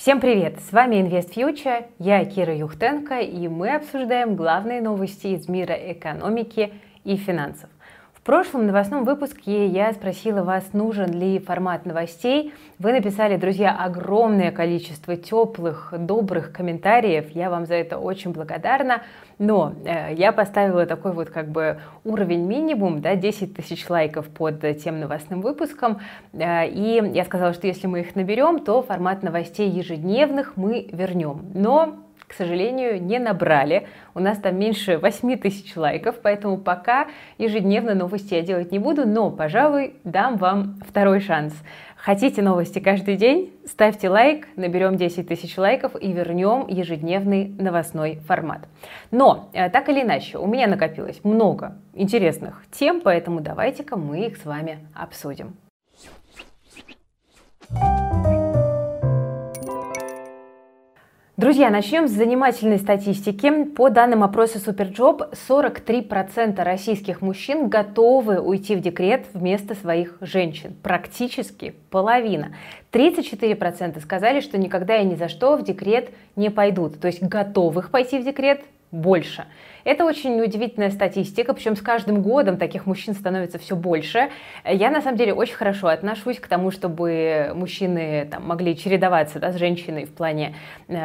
Всем привет! С вами Invest Future, я Кира Юхтенко, и мы обсуждаем главные новости из мира экономики и финансов. В прошлом новостном выпуске я спросила вас, нужен ли формат новостей. Вы написали, друзья, огромное количество теплых, добрых комментариев. Я вам за это очень благодарна. Но я поставила такой вот уровень минимум, 10 тысяч лайков под тем новостным выпуском. И я сказала, что если мы их наберем, то формат новостей ежедневных мы вернем. Но, к сожалению, не набрали. У нас там меньше 8 тысяч лайков, поэтому пока ежедневно новости я делать не буду, но, пожалуй, дам вам второй шанс. Хотите новости каждый день? Ставьте лайк, наберем 10 тысяч лайков и вернем ежедневный новостной формат. Но, так или иначе, у меня накопилось много интересных тем, поэтому давайте-ка мы их с вами обсудим. Друзья, начнем с занимательной статистики. По данным опроса Superjob, 43% российских мужчин готовы уйти в декрет вместо своих женщин. Практически половина. 34% сказали, что никогда и ни за что в декрет не пойдут. То есть готовых пойти в декрет больше. Это очень удивительная статистика, причем с каждым годом таких мужчин становится все больше. Я, на самом деле, очень хорошо отношусь к тому, чтобы мужчины могли чередоваться с женщиной в плане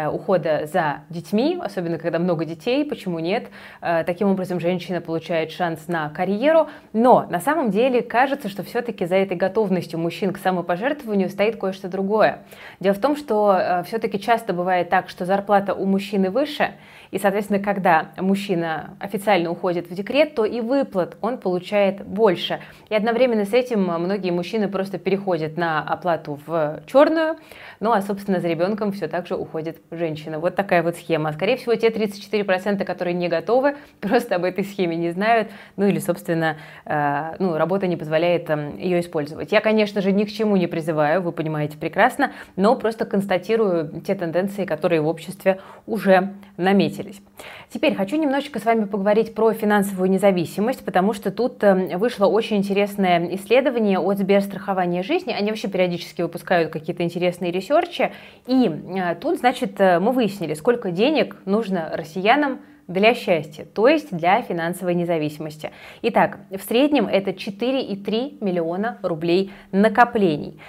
ухода за детьми, особенно когда много детей, почему нет. Таким образом, женщина получает шанс на карьеру. Но на самом деле кажется, что все-таки за этой готовностью мужчин к самопожертвованию стоит кое-что другое. Дело в том, что все-таки часто бывает так, что зарплата у мужчины выше, и, соответственно, когда мужчина официально уходит в декрет, то и выплат он получает больше. И одновременно с этим многие мужчины просто переходят на оплату в черную, ну а, собственно, за ребенком все так же уходит женщина. Вот такая вот схема. Скорее всего, те 34%, которые не готовы, просто об этой схеме не знают, ну или, собственно, работа не позволяет ее использовать. Я, конечно же, ни к чему не призываю, вы понимаете прекрасно, но просто констатирую те тенденции, которые в обществе уже наметились. Теперь хочу немножечко с вами поговорить про финансовую независимость, потому что тут вышло очень интересное исследование от Сберстрахования жизни. Они вообще периодически выпускают какие-то интересные ресерчи. И тут, значит, мы выяснили, сколько денег нужно россиянам для счастья, то есть для финансовой независимости. Итак, в среднем это 4,3 миллиона рублей накоплений.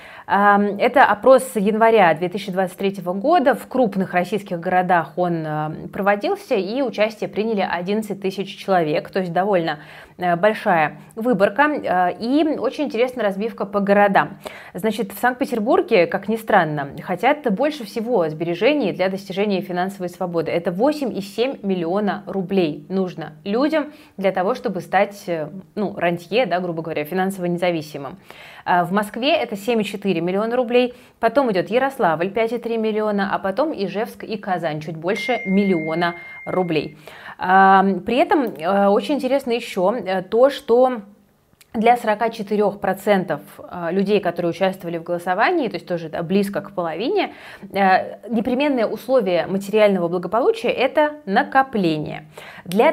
Это опрос января 2023 года. В крупных российских городах он проводился, и участие приняли 11 тысяч человек, то есть довольно большая выборка. И очень интересная разбивка по городам. Значит, в Санкт-Петербурге, как ни странно, хотят больше всего сбережений для достижения финансовой свободы. Это 8,7 миллиона рублей нужно людям для того, чтобы стать, рантье, грубо говоря, финансово независимым. В Москве это 7,4 миллиона рублей, потом идет Ярославль 5,3 миллиона, а потом Ижевск и Казань чуть больше миллиона рублей. При этом очень интересно еще то, что для 44% людей, которые участвовали в голосовании, то есть тоже близко к половине, непременное условие материального благополучия – это накопление. Для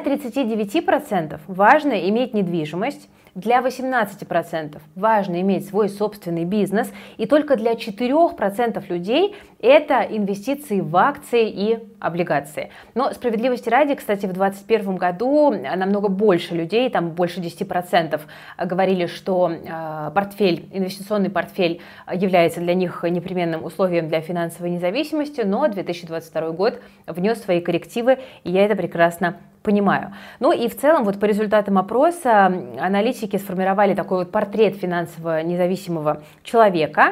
39% важно иметь недвижимость, для 18% важно иметь свой собственный бизнес, и только для 4% людей это инвестиции в акции и облигации. Но справедливости ради, кстати, в 2021 году намного больше людей, там больше 10%, говорили, что инвестиционный портфель является для них непременным условием для финансовой независимости, но 2022 год внес свои коррективы, и я это прекрасно понимаю. Ну и в целом по результатам опроса аналитики сформировали такой портрет финансово независимого человека.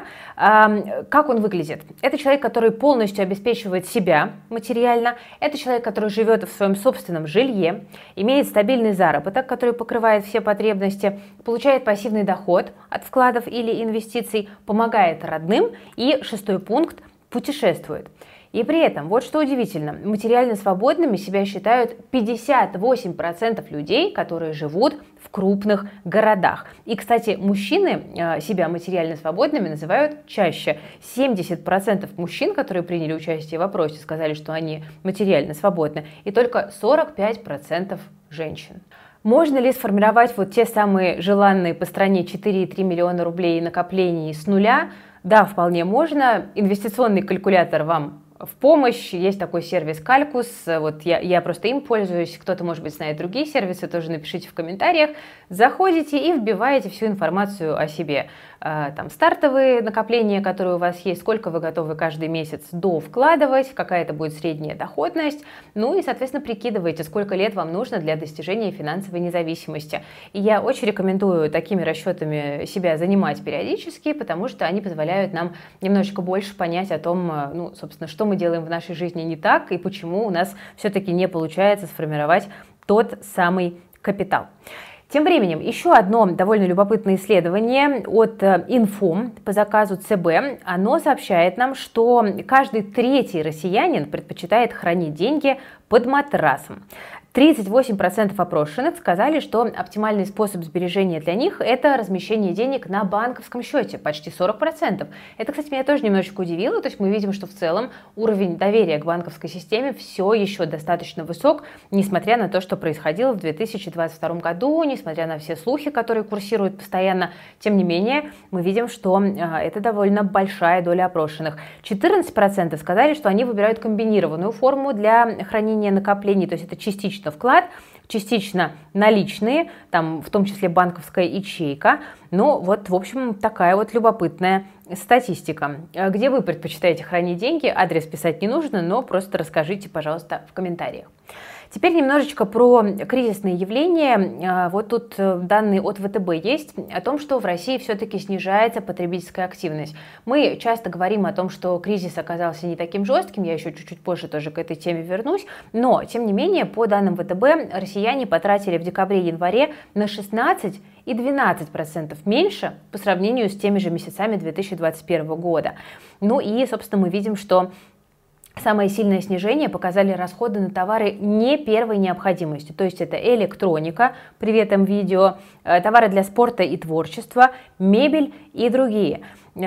Как он выглядит? Это человек, который полностью обеспечивает себя материально. Это человек, который живет в своем собственном жилье, имеет стабильный заработок, который покрывает все потребности, получает пассивный доход от вкладов или инвестиций, помогает родным и, 6-й пункт, путешествует. И при этом, вот что удивительно, материально свободными себя считают 58% людей, которые живут в крупных городах. И, кстати, мужчины себя материально свободными называют чаще. 70% мужчин, которые приняли участие в опросе, сказали, что они материально свободны, и только 45% женщин. Можно ли сформировать те самые желанные по стране 4,3 миллиона рублей накоплений с нуля? Да, вполне можно. Инвестиционный калькулятор вам в помощь. Есть такой сервис Calcus, вот я просто им пользуюсь, кто-то, может быть, знает другие сервисы, тоже напишите в комментариях. Заходите и вбиваете всю информацию о себе. Там стартовые накопления, которые у вас есть, сколько вы готовы каждый месяц довкладывать, какая это будет средняя доходность, ну и, соответственно, прикидывайте, сколько лет вам нужно для достижения финансовой независимости. И я очень рекомендую такими расчетами себя занимать периодически, потому что они позволяют нам немножечко больше понять о том, ну, собственно, что мы делаем в нашей жизни не так и почему у нас все-таки не получается сформировать тот самый капитал. Тем временем, еще одно довольно любопытное исследование от Infom по заказу ЦБ. Оно сообщает нам, что каждый третий россиянин предпочитает хранить деньги под матрасом. 38% опрошенных сказали, что оптимальный способ сбережения для них – это размещение денег на банковском счете, почти 40%. Это, кстати, меня тоже немножечко удивило, то есть мы видим, что в целом уровень доверия к банковской системе все еще достаточно высок, несмотря на то, что происходило в 2022 году, несмотря на все слухи, которые курсируют постоянно. Тем не менее, мы видим, что это довольно большая доля опрошенных. 14% сказали, что они выбирают комбинированную форму для хранения накоплений, то есть это частично вклад, частично наличные, там в том числе банковская ячейка. Ну вот, в общем, такая вот любопытная статистика. Где вы предпочитаете хранить деньги? Адрес писать не нужно, но просто расскажите, пожалуйста, в комментариях. Теперь немножечко про кризисные явления. Вот тут данные от ВТБ есть о том, что в России все-таки снижается потребительская активность. Мы часто говорим о том, что кризис оказался не таким жестким, я еще чуть-чуть позже тоже к этой теме вернусь, но, тем не менее, по данным ВТБ, россияне потратили в декабре-январе на 16 и 12% меньше по сравнению с теми же месяцами 2021 года. Ну и, собственно, мы видим, что самое сильное снижение показали расходы на товары не первой необходимости, то есть это электроника, привет МВидео, товары для спорта и творчества, мебель и другие.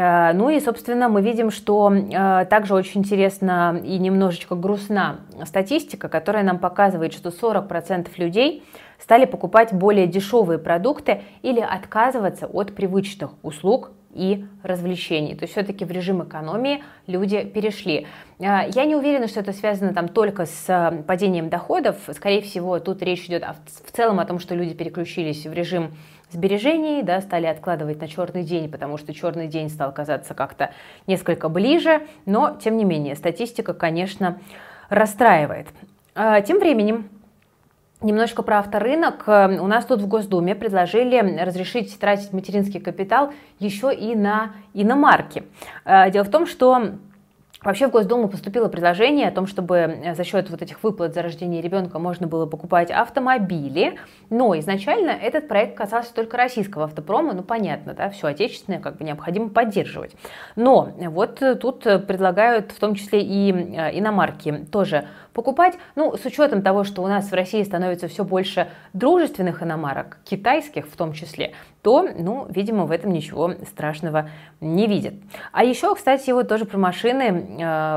Ну и, собственно, мы видим, что также очень интересна и немножечко грустна статистика, которая нам показывает, что 40% людей стали покупать более дешевые продукты или отказываться от привычных услуг и развлечений. То есть все-таки в режим экономии люди перешли. Я не уверена, что это связано там только с падением доходов. Скорее всего, тут речь идет в целом о том, что люди переключились в режим сбережений, да, стали откладывать на черный день, потому что черный день стал казаться как-то несколько ближе. Но, тем не менее, статистика, конечно, расстраивает. Тем временем, немножко про авторынок. У нас тут в Госдуме предложили разрешить тратить материнский капитал еще и на иномарки. Дело в том, что вообще в Госдуму поступило предложение о том, чтобы за счет вот этих выплат за рождение ребенка можно было покупать автомобили, но изначально этот проект касался только российского автопрома, ну понятно, да, все отечественное как бы необходимо поддерживать. Но вот тут предлагают в том числе и иномарки тоже покупать, ну, с учетом того, что у нас в России становится все больше дружественных иномарок, китайских в том числе, то, ну, видимо, в этом ничего страшного не видят. А еще, кстати, вот тоже про машины.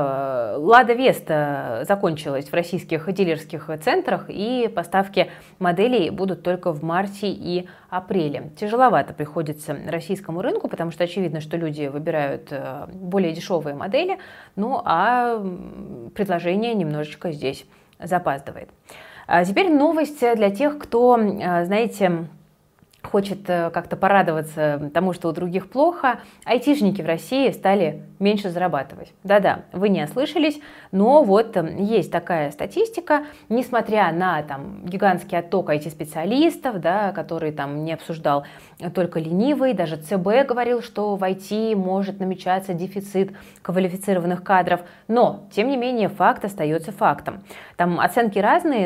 Лада Веста закончилась в российских дилерских центрах, и поставки моделей будут только в марте и апреле. Тяжеловато приходится российскому рынку, потому что очевидно, что люди выбирают более дешевые модели, ну а предложение немножечко здесь запаздывает. А теперь новость для тех, кто, знаете, хочет как-то порадоваться тому, что у других плохо. Айтишники в России стали меньше зарабатывать. Да-да, вы не ослышались, но вот есть такая статистика. Несмотря на там гигантский отток IT-специалистов, да, который там не обсуждал только ленивый, даже ЦБ говорил, что в IT может намечаться дефицит квалифицированных кадров, но, тем не менее, факт остается фактом. Там оценки разные,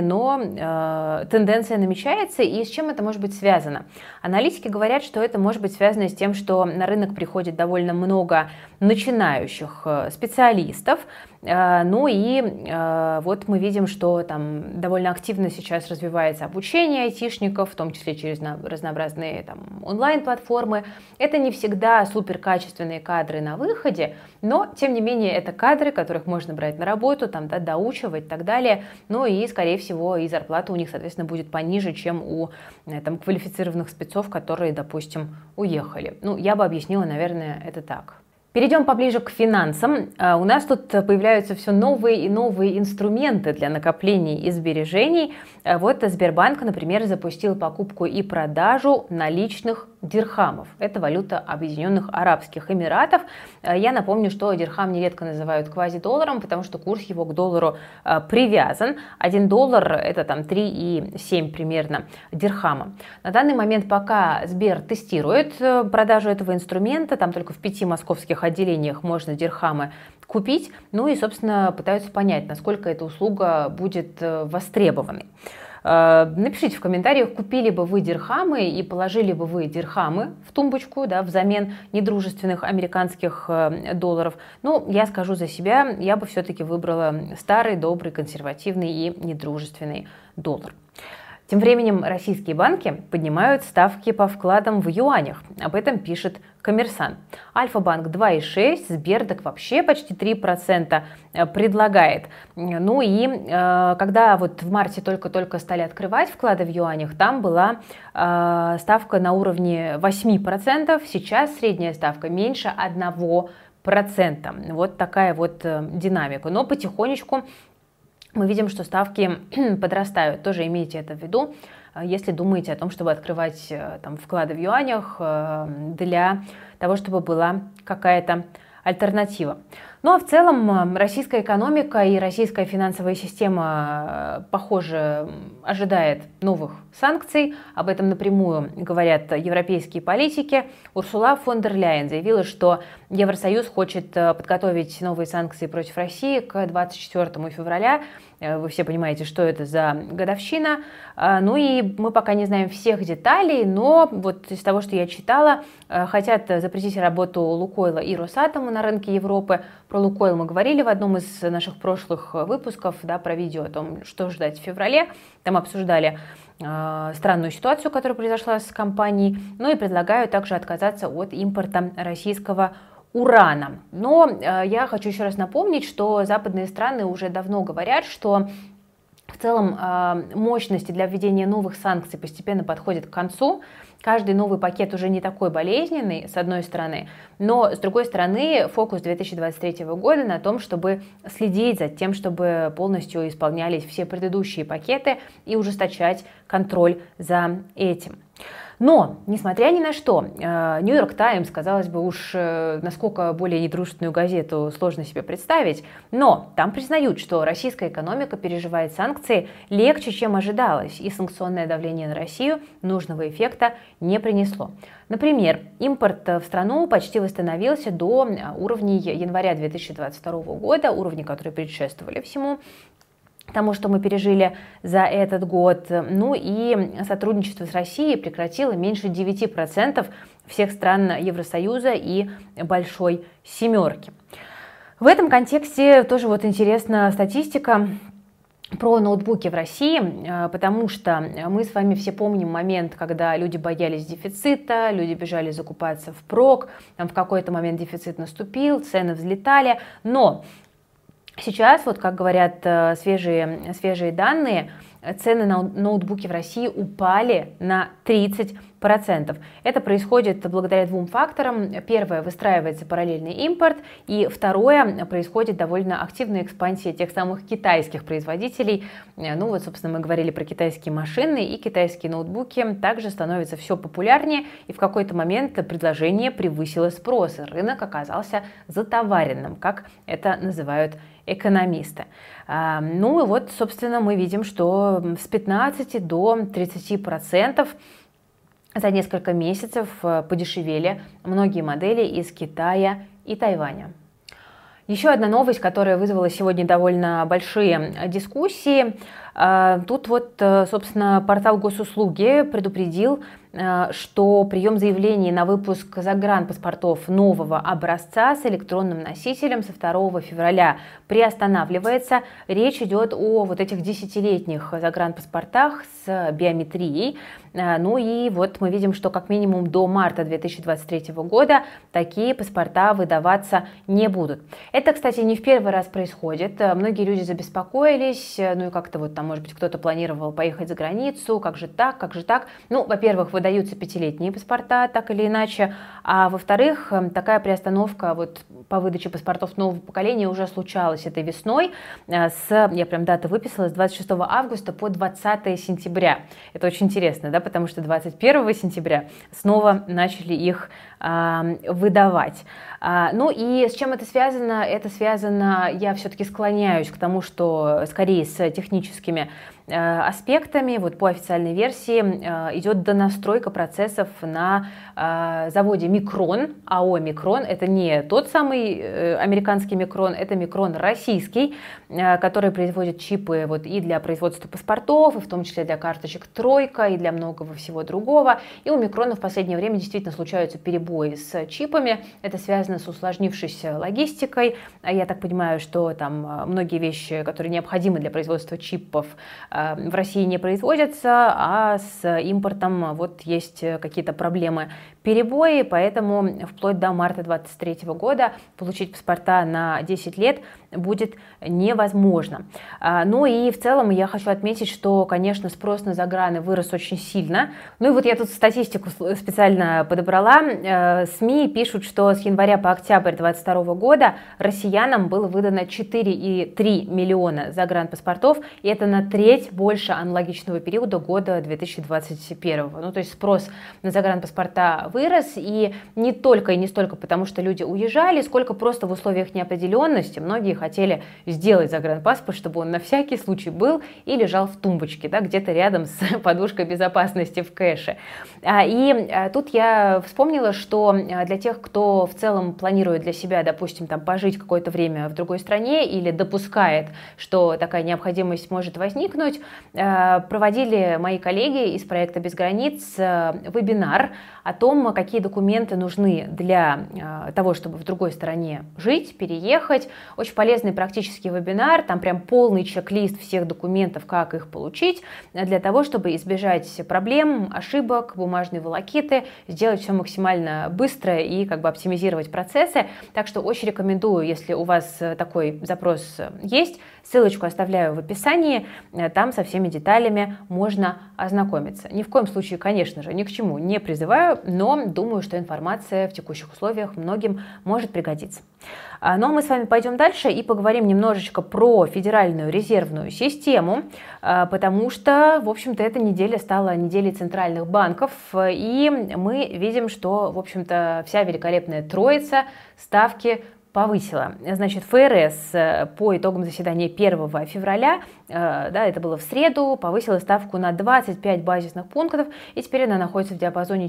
но тенденция намечается, и с чем это может быть связано? Аналитики говорят, что это может быть связано с тем, что на рынок приходит довольно много начинающих специалистов. Ну и вот мы видим, что там довольно активно сейчас развивается обучение айтишников, в том числе через разнообразные там онлайн-платформы. Это не всегда суперкачественные кадры на выходе, но, тем не менее, это кадры, которых можно брать на работу, там, да, доучивать и так далее. Ну и, скорее всего, и зарплата у них, соответственно, будет пониже, чем у там, квалифицированных спецов, которые, допустим, уехали. Ну, я бы объяснила, наверное, это так. Перейдем поближе к финансам. У нас тут появляются все новые и новые инструменты для накоплений и сбережений. Вот Сбербанк, например, запустил покупку и продажу наличных дирхамов. Это валюта Объединенных Арабских Эмиратов. Я напомню, что дирхам нередко называют квазидолларом, потому что курс его к доллару привязан. 1 доллар – это там 3,7 примерно дирхама. На данный момент пока Сбер тестирует продажу этого инструмента, там только в 5 московских отделениях можно дирхамы купить, ну и, собственно, пытаются понять, насколько эта услуга будет востребованной. Напишите в комментариях, купили бы вы дирхамы и положили бы вы дирхамы в тумбочку, да, взамен недружественных американских долларов. Ну, я скажу за себя, я бы все-таки выбрала старый, добрый, консервативный и недружественный доллар. Тем временем российские банки поднимают ставки по вкладам в юанях. Об этом пишет Коммерсант. Альфа-банк 2,6%, Сбер так вообще почти 3% предлагает. Ну и когда вот в марте только-только стали открывать вклады в юанях, там была ставка на уровне 8%, сейчас средняя ставка меньше 1%. Вот такая вот динамика. Но потихонечку мы видим, что ставки подрастают. Тоже имейте это в виду, если думаете о том, чтобы открывать там вклады в юанях для того, чтобы была какая-то альтернатива. Ну а в целом российская экономика и российская финансовая система, похоже, ожидает новых санкций. Об этом напрямую говорят европейские политики. Урсула фон дер Ляйен заявила, что Евросоюз хочет подготовить новые санкции против России к 24 февраля. Вы все понимаете, что это за годовщина. Ну и мы пока не знаем всех деталей, но вот из того, что я читала, хотят запретить работу Лукойла и Росатома на рынке Европы. Про Лукойл мы говорили в одном из наших прошлых выпусков, да, про видео о том, что ждать в феврале. Там обсуждали странную ситуацию, которая произошла с компанией. Ну и предлагаю также отказаться от импорта российского урана. Но я хочу еще раз напомнить, что западные страны уже давно говорят, что в целом мощности для введения новых санкций постепенно подходят к концу. Каждый новый пакет уже не такой болезненный, с одной стороны, но с другой стороны фокус 2023 года на том, чтобы следить за тем, чтобы полностью исполнялись все предыдущие пакеты и ужесточать контроль за этим. Но, несмотря ни на что, Нью-Йорк Таймс, казалось бы, уж насколько более недружественную газету сложно себе представить, но там признают, что российская экономика переживает санкции легче, чем ожидалось, и санкционное давление на Россию нужного эффекта не принесло. Например, импорт в страну почти восстановился до уровней января 2022 года, уровней, которые предшествовали всему тому, что мы пережили за этот год. Ну и сотрудничество с Россией прекратило меньше 9% всех стран Евросоюза и Большой Семерки. В этом контексте тоже вот интересна статистика про ноутбуки в России, потому что мы с вами все помним момент, когда люди боялись дефицита, люди бежали закупаться впрок, там в какой-то момент дефицит наступил, цены взлетали, но сейчас, вот как говорят свежие данные, цены на ноутбуки в России упали на 30%. Это происходит благодаря двум факторам. Первое, выстраивается параллельный импорт, и второе, происходит довольно активная экспансия тех самых китайских производителей. Ну вот, собственно, мы говорили про китайские машины, и китайские ноутбуки также становятся все популярнее, и в какой-то момент предложение превысило спрос, и рынок оказался затоваренным, как это называют экономисты. Ну и вот, собственно, мы видим, что с 15 до 30% за несколько месяцев подешевели многие модели из Китая и Тайваня. Еще одна новость, которая вызвала сегодня довольно большие дискуссии. Тут вот, собственно, портал Госуслуги предупредил, что прием заявлений на выпуск загранпаспортов нового образца с электронным носителем со 2 февраля приостанавливается. Речь идет о вот этих 10-летних загранпаспортах с биометрией. Ну и вот мы видим, что как минимум до марта 2023 года такие паспорта выдаваться не будут. Это, кстати, не в первый раз происходит. Многие люди забеспокоились, ну и как-то вот там, может быть, кто-то планировал поехать за границу, как же так, как же так. Ну, во-первых, выдавать продаются 5-летние паспорта, так или иначе, а во-вторых, такая приостановка вот по выдаче паспортов нового поколения уже случалась этой весной, я прям дату выписала, с 26 августа по 20 сентября. Это очень интересно, да, потому что 21 сентября снова начали их выдавать. Ну и с чем это связано? Это связано, я все-таки склоняюсь к тому, что скорее с техническими аспектами. Вот по официальной версии идет донастройка процессов на заводе Микрон. АО Микрон — это не тот самый американский Микрон, это Микрон российский, который производит чипы вот и для производства паспортов, и в том числе для карточек Тройка, и для многого всего другого. И у Микрона в последнее время действительно случаются перебои с чипами. Это связано с усложнившейся логистикой. Я так понимаю, что там многие вещи, которые необходимы для производства чипов, в России не производятся, а с импортом вот есть какие-то проблемы, перебои, поэтому вплоть до марта 2023 года получить паспорта на 10 лет будет невозможно. Ну и в целом я хочу отметить, что, конечно, спрос на заграны вырос очень сильно. Ну и вот я тут статистику специально подобрала. СМИ пишут, что с января по октябрь 2022 года россиянам было выдано 4,3 миллиона загранпаспортов, и это на треть больше аналогичного периода года 2021. Ну то есть спрос на загранпаспорта вырос, и не только и не столько потому, что люди уезжали, сколько просто в условиях неопределенности многие хотели сделать загранпаспорт, чтобы он на всякий случай был и лежал в тумбочке, да, где-то рядом с подушкой безопасности в кэше. И тут я вспомнила, что для тех, кто в целом планирует для себя, допустим, там, пожить какое-то время в другой стране или допускает, что такая необходимость может возникнуть, проводили мои коллеги из проекта «Без границ» вебинар о том, какие документы нужны для того, чтобы в другой стране жить, переехать. Очень полезный практический вебинар, там прям полный чек-лист всех документов, как их получить, для того, чтобы избежать проблем, ошибок, бумажной волокиты, сделать все максимально быстро и как бы оптимизировать процессы. Так что очень рекомендую, если у вас такой запрос есть, ссылочку оставляю в описании, там со всеми деталями можно ознакомиться. Ни в коем случае, конечно же, ни к чему не призываю, но думаю, что информация в текущих условиях многим может пригодиться. Ну а мы с вами пойдем дальше и поговорим немножечко про Федеральную резервную систему, потому что, в общем-то, эта неделя стала неделей центральных банков, и мы видим, что, в общем-то, вся великолепная троица ставки повысила. Значит, ФРС по итогам заседания 1 февраля, да, это было в среду, повысила ставку на 25 базисных пунктов, и теперь она находится в диапазоне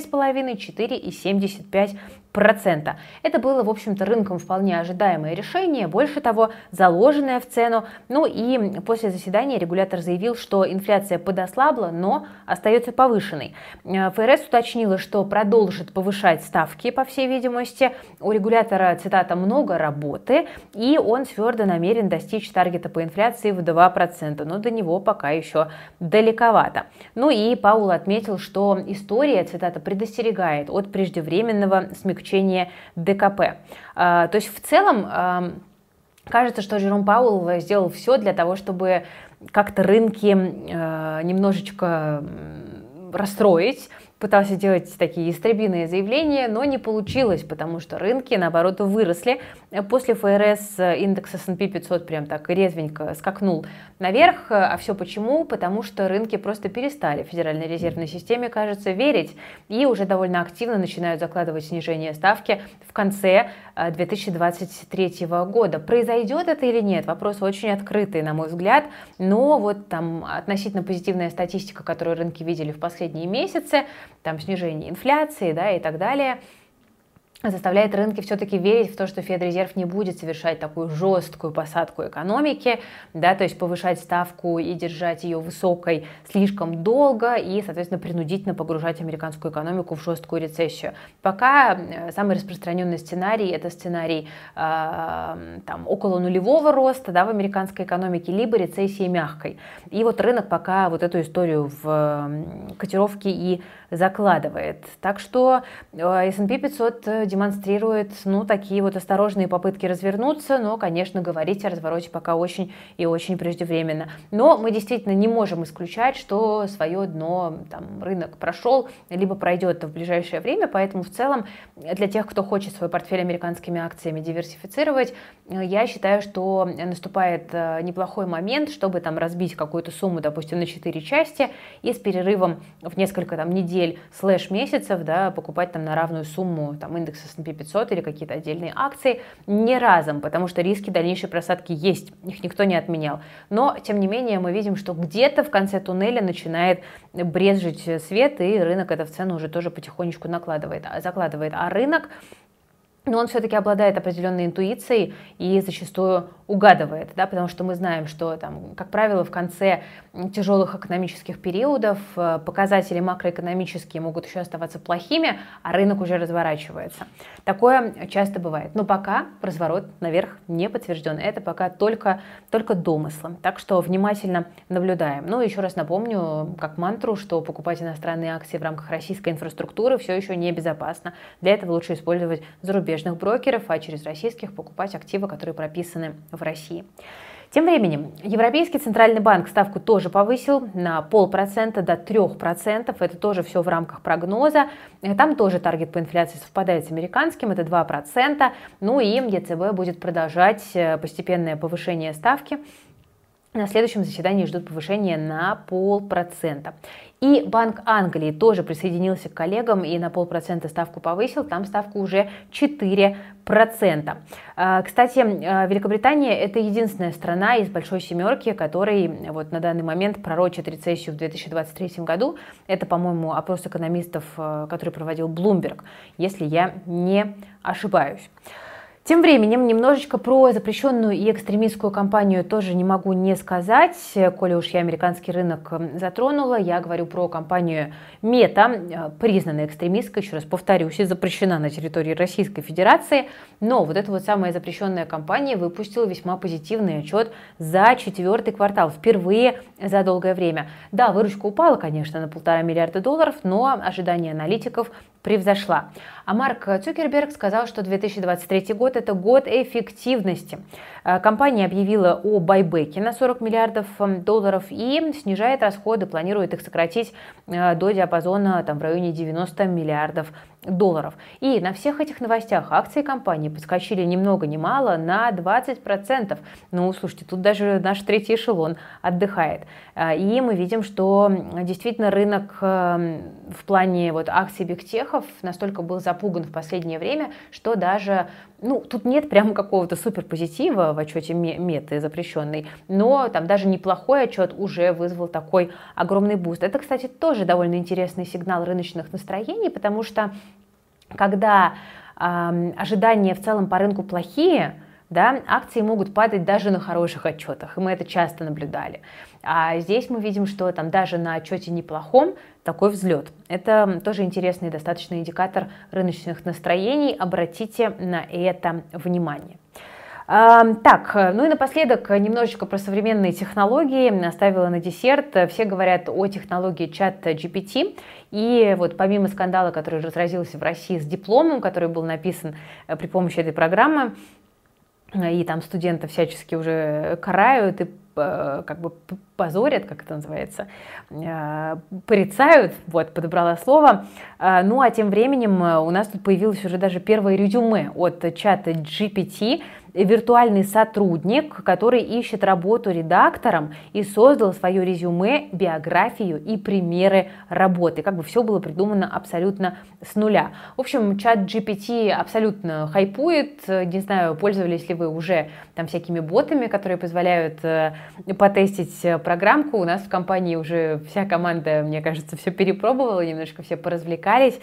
4,5-4,75%. Это было, в общем-то, рынком вполне ожидаемое решение, больше того, заложенное в цену. Ну и после заседания регулятор заявил, что инфляция подослабла, но остается повышенной. ФРС уточнила, что продолжит повышать ставки, по всей видимости. У регулятора, цитата, много работы, и он твердо намерен достичь таргета по инфляции в 2%, но до него пока еще далековато. Ну и Паул отметил, что история, цитата, предостерегает от преждевременного смягчения ДКП. То есть в целом кажется, что Жером Паул сделал все для того, чтобы как-то рынки немножечко расстроить, пытался делать такие истребиные заявления, но не получилось, потому что рынки, наоборот, выросли. После ФРС индекс S&P 500 прям так резвенько скакнул наверх. А все почему? Потому что рынки просто перестали Федеральной резервной системе, кажется, верить, и уже довольно активно начинают закладывать снижение ставки в конце 2023 года. Произойдет это или нет? Вопрос очень открытый, на мой взгляд, но вот там относительно позитивная статистика, которую рынки видели в последние месяцы, там снижение инфляции, да, и так далее, заставляет рынки все-таки верить в то, что Федрезерв не будет совершать такую жесткую посадку экономики, да, то есть повышать ставку и держать ее высокой слишком долго и, соответственно, принудительно погружать американскую экономику в жесткую рецессию. Пока самый распространенный сценарий — это сценарий там, около нулевого роста, да, в американской экономике, либо рецессии мягкой. И вот рынок пока вот эту историю в котировке и закладывает. Так что S&P 500 демонстрирует, ну, такие вот осторожные попытки развернуться, но, конечно, говорить о развороте пока очень и очень преждевременно. Но мы действительно не можем исключать, что свое дно там, рынок прошел, либо пройдет в ближайшее время, поэтому в целом для тех, кто хочет свой портфель американскими акциями диверсифицировать, я считаю, что наступает неплохой момент, чтобы там разбить какую-то сумму, допустим, на 4 части и с перерывом в несколько там недель месяцев, да, покупать там на равную сумму там индекс S&P 500 или какие-то отдельные акции не разом, потому что риски дальнейшей просадки есть, их никто не отменял. Но, тем не менее, мы видим, что где-то в конце туннеля начинает брезжить свет, и рынок это в цену уже тоже потихонечку закладывает. А рынок, но он все-таки обладает определенной интуицией и зачастую угадывает, да, потому что мы знаем, что, там, как правило, в конце тяжелых экономических периодов показатели макроэкономические могут еще оставаться плохими, а рынок уже разворачивается. Такое часто бывает. Но пока разворот наверх не подтвержден. Это пока только домыслом. Так что внимательно наблюдаем. Ну, еще раз напомню, как мантру, что покупать иностранные акции в рамках российской инфраструктуры все еще небезопасно. Для этого лучше использовать зарубежных брокеров, а через российских покупать активы, которые прописаны в России. Тем временем Европейский центральный банк ставку тоже повысил на 0,5% до 3%. Это тоже все в рамках прогноза. Там тоже таргет по инфляции совпадает с американским, это 2%. Ну и ЕЦБ будет продолжать постепенное повышение ставки. На следующем заседании ждут повышения на 0,5%. И Банк Англии тоже присоединился к коллегам и на 0,5% ставку повысил, там ставка уже 4%. Кстати, Великобритания – это единственная страна из Большой Семерки, которой вот на данный момент пророчит рецессию в 2023 году. Это, по-моему, опрос экономистов, который проводил Bloomberg, если я не ошибаюсь. Тем временем немножечко про запрещенную и экстремистскую кампанию тоже не могу не сказать, коли уж я американский рынок затронула. Я говорю про компанию Meta, признанная экстремистской, еще раз повторюсь, и запрещена на территории Российской Федерации. Но вот эта вот самая запрещенная компания выпустила весьма позитивный отчет за 4-й квартал, впервые за долгое время. Да, выручка упала, конечно, на $1,5 миллиарда, но ожидания аналитиков превзошла. А Марк Цукерберг сказал, что 2023 год – это год эффективности. Компания объявила о байбеке на $40 миллиардов и снижает расходы, планирует их сократить до диапазона там, в районе $90 миллиардов. И на всех этих новостях акции компании подскочили ни много ни мало на 20%. Ну, слушайте, тут даже наш третий эшелон отдыхает. И мы видим, что действительно рынок в плане вот акций бигтехов настолько был запуган в последнее время, что даже, ну, тут нет прямо какого-то суперпозитива в отчете Меты запрещенной, но там даже неплохой отчет уже вызвал такой огромный буст. Это, кстати, тоже довольно интересный сигнал рыночных настроений, потому что когда ожидания в целом по рынку плохие, да, акции могут падать даже на хороших отчетах, и мы это часто наблюдали. А здесь мы видим, что там даже на отчете неплохом такой взлет. Это тоже интересный достаточно индикатор рыночных настроений. Обратите на это внимание. Так, ну и напоследок немножечко про современные технологии. Оставила на десерт. Все говорят о технологии ChatGPT. И вот помимо скандала, который разразился в России с дипломом, который был написан при помощи этой программы, и там студентов всячески уже карают и как бы позорят, как это называется, порицают, вот, подобрала слово. Ну, а тем временем у нас тут появилось уже даже первое резюме от чата GPT, виртуальный сотрудник, который ищет работу редактором и создал свое резюме, биографию и примеры работы. Как бы все было придумано абсолютно с нуля. В общем, чат GPT абсолютно хайпует. Не знаю, пользовались ли вы уже там всякими ботами, которые позволяют потестить программку. У нас в компании уже вся команда, мне кажется, все перепробовала, немножко все поразвлекались.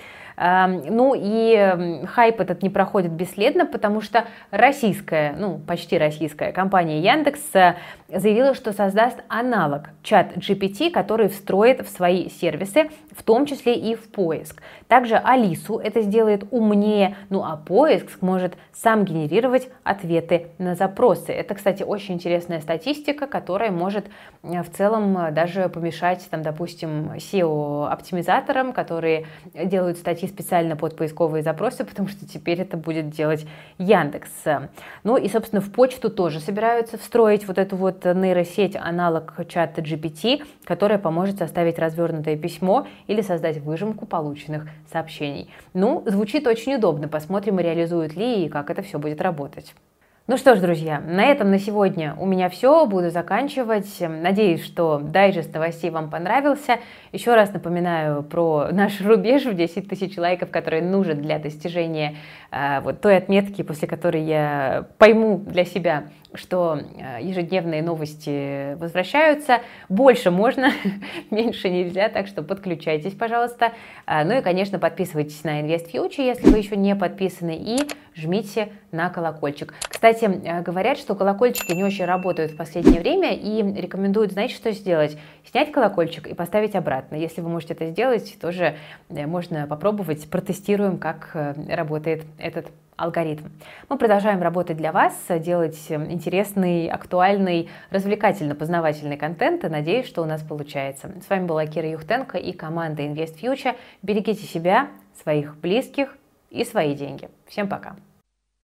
Ну и хайп этот не проходит бесследно, потому что российская, ну почти российская компания Яндекс заявила, что создаст аналог чат GPT, который встроит в свои сервисы в том числе и в поиск. Также Алису это сделает умнее, ну а поиск сможет сам генерировать ответы на запросы. Это, кстати, очень интересная статистика, которая может в целом даже помешать, там, допустим, SEO-оптимизаторам, которые делают статьи специально под поисковые запросы, потому что теперь это будет делать Яндекс. Ну и, собственно, в почту тоже собираются встроить вот эту вот нейросеть, аналог чата GPT, которая поможет составить развернутое письмо или создать выжимку полученных сообщений. Ну, звучит очень удобно. Посмотрим, реализуют ли и как это все будет работать. Ну что ж, друзья, на этом на сегодня у меня все. Буду заканчивать. Надеюсь, что дайджест новостей вам понравился. Еще раз напоминаю про наш рубеж в 10 тысяч лайков, который нужен для достижения вот той отметки, после которой я пойму для себя, что ежедневные новости возвращаются. Больше можно, меньше нельзя, так что подключайтесь, пожалуйста. Ну и, конечно, подписывайтесь на InvestFuture, если вы еще не подписаны, и жмите на колокольчик. Кстати, говорят, что колокольчики не очень работают в последнее время, и рекомендуют, знаете, что сделать? Снять колокольчик и поставить обратно. Если вы можете это сделать, тоже можно попробовать. Протестируем, как работает этот алгоритм. Мы продолжаем работать для вас, делать интересный, актуальный, развлекательно-познавательный контент, и надеюсь, что у нас получается. С вами была Кира Юхтенко и команда InvestFuture. Берегите себя, своих близких и свои деньги. Всем пока!